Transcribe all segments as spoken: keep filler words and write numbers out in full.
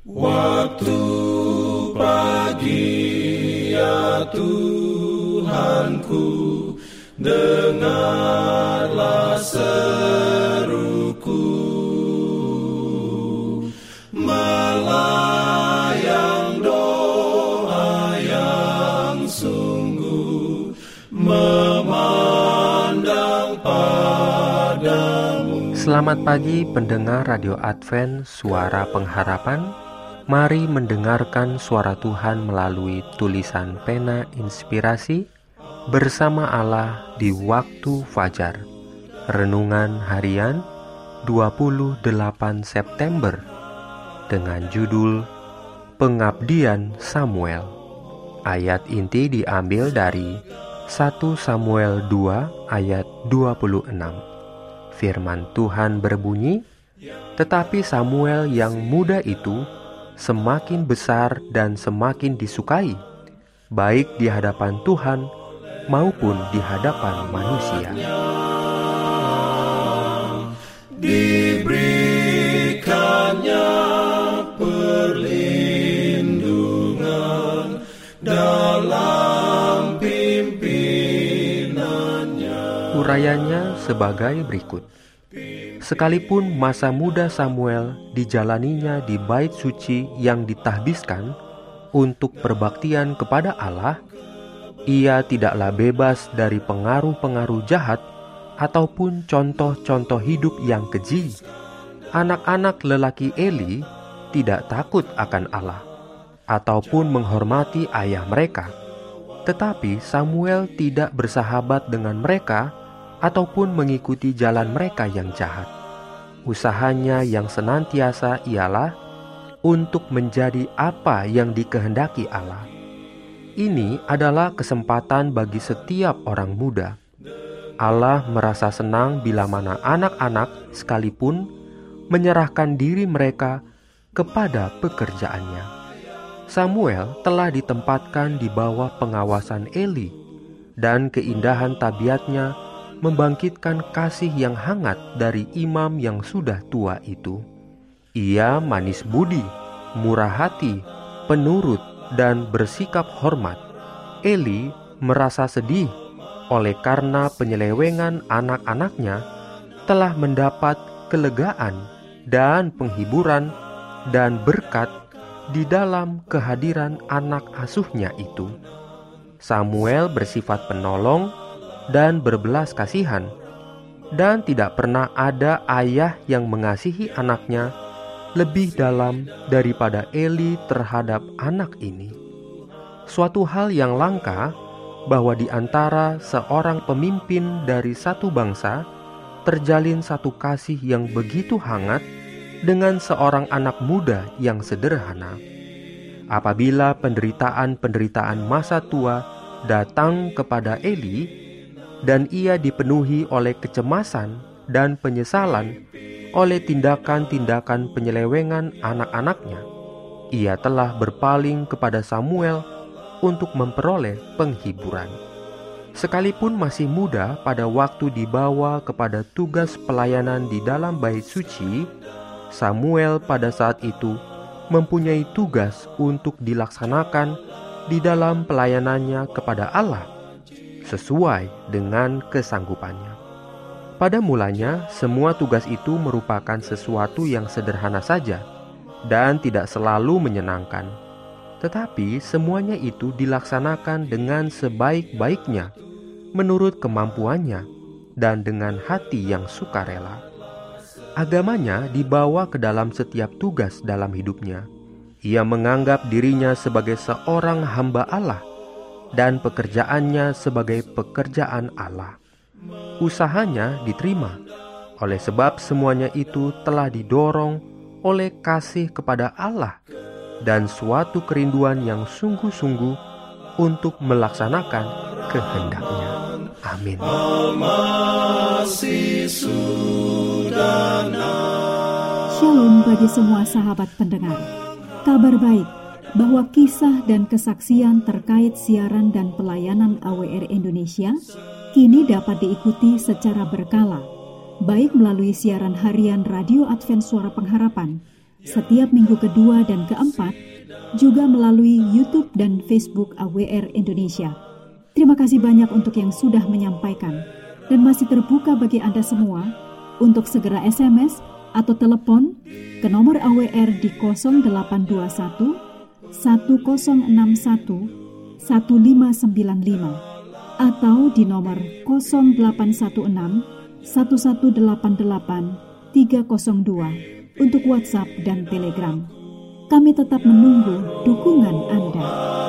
Waktu pagi ya Tuhanku, dengarlah seruku, melayang doa yang sungguh, memandang padamu. Selamat pagi pendengar Radio Advent Suara Pengharapan. Mari mendengarkan suara Tuhan melalui tulisan pena inspirasi bersama Allah di waktu fajar. Renungan harian dua puluh delapan September dengan judul Pengabdian Samuel. Ayat inti diambil dari satu Samuel dua ayat dua puluh enam. Firman Tuhan berbunyi, "Tetapi Samuel yang muda itu semakin besar dan semakin disukai, baik di hadapan Tuhan maupun di hadapan manusia." Diberikannya perlindungan dalam pimpinannya. Urayanya sebagai berikut. Sekalipun masa muda Samuel dijalaninya di bait suci yang ditahbiskan untuk perbaktian kepada Allah, ia tidaklah bebas dari pengaruh-pengaruh jahat ataupun contoh-contoh hidup yang keji. Anak-anak lelaki Eli tidak takut akan Allah ataupun menghormati ayah mereka. Tetapi Samuel tidak bersahabat dengan mereka ataupun mengikuti jalan mereka yang jahat. Usahanya yang senantiasa ialah untuk menjadi apa yang dikehendaki Allah. Ini adalah kesempatan bagi setiap orang muda. Allah merasa senang bila mana anak-anak sekalipun menyerahkan diri mereka kepada pekerjaannya. Samuel telah ditempatkan di bawah pengawasan Eli, dan keindahan tabiatnya membangkitkan kasih yang hangat dari imam yang sudah tua itu. Ia manis budi, murah hati, penurut, dan bersikap hormat. Eli merasa sedih oleh karena penyelewengan anak-anaknya telah mendapat kelegaan dan penghiburan dan berkat di dalam kehadiran anak asuhnya itu. Samuel bersifat penolong dan berbelas kasihan, dan tidak pernah ada ayah yang mengasihi anaknya lebih dalam daripada Eli terhadap anak ini. Suatu hal yang langka bahwa di antara seorang pemimpin dari satu bangsa terjalin satu kasih yang begitu hangat dengan seorang anak muda yang sederhana. Apabila penderitaan-penderitaan masa tua datang kepada Eli, dan ia dipenuhi oleh kecemasan dan penyesalan oleh tindakan-tindakan penyelewengan anak-anaknya, ia telah berpaling kepada Samuel untuk memperoleh penghiburan. Sekalipun masih muda pada waktu dibawa kepada tugas pelayanan di dalam bait suci, Samuel pada saat itu mempunyai tugas untuk dilaksanakan di dalam pelayanannya kepada Allah sesuai dengan kesanggupannya. Pada mulanya, semua tugas itu merupakan sesuatu yang sederhana saja dan tidak selalu menyenangkan. Tetapi semuanya itu dilaksanakan dengan sebaik-baiknya, menurut kemampuannya, dan dengan hati yang sukarela. Agamanya dibawa ke dalam setiap tugas dalam hidupnya. Ia menganggap dirinya sebagai seorang hamba Allah, dan pekerjaannya sebagai pekerjaan Allah. Usahanya diterima, oleh sebab semuanya itu telah didorong oleh kasih kepada Allah dan suatu kerinduan yang sungguh-sungguh untuk melaksanakan kehendak-Nya. Amin. Shalom bagi semua sahabat pendengar. Kabar baik bahwa kisah dan kesaksian terkait siaran dan pelayanan A W R Indonesia kini dapat diikuti secara berkala, baik melalui siaran harian Radio Advent Suara Pengharapan setiap minggu kedua dan keempat, juga melalui YouTube dan Facebook A W R Indonesia. Terima kasih banyak untuk yang sudah menyampaikan, dan masih terbuka bagi Anda semua untuk segera S M S atau telepon ke nomor A W R di nol delapan dua satu, satu nol enam satu, satu lima sembilan lima atau di nomor nol delapan satu enam, satu satu delapan delapan, tiga nol dua untuk WhatsApp dan Telegram. Kami tetap menunggu dukungan Anda.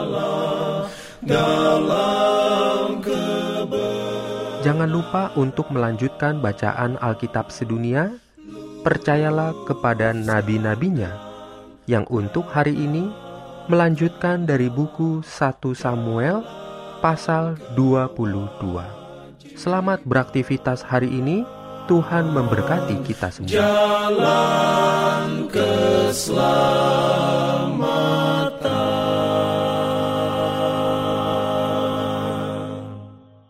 Jangan lupa untuk melanjutkan bacaan Alkitab sedunia. Percayalah kepada nabi-nabinya yang untuk hari ini melanjutkan dari buku satu Samuel pasal dua puluh dua. Selamat beraktivitas hari ini. Tuhan memberkati kita semua. Jalan keselamatan.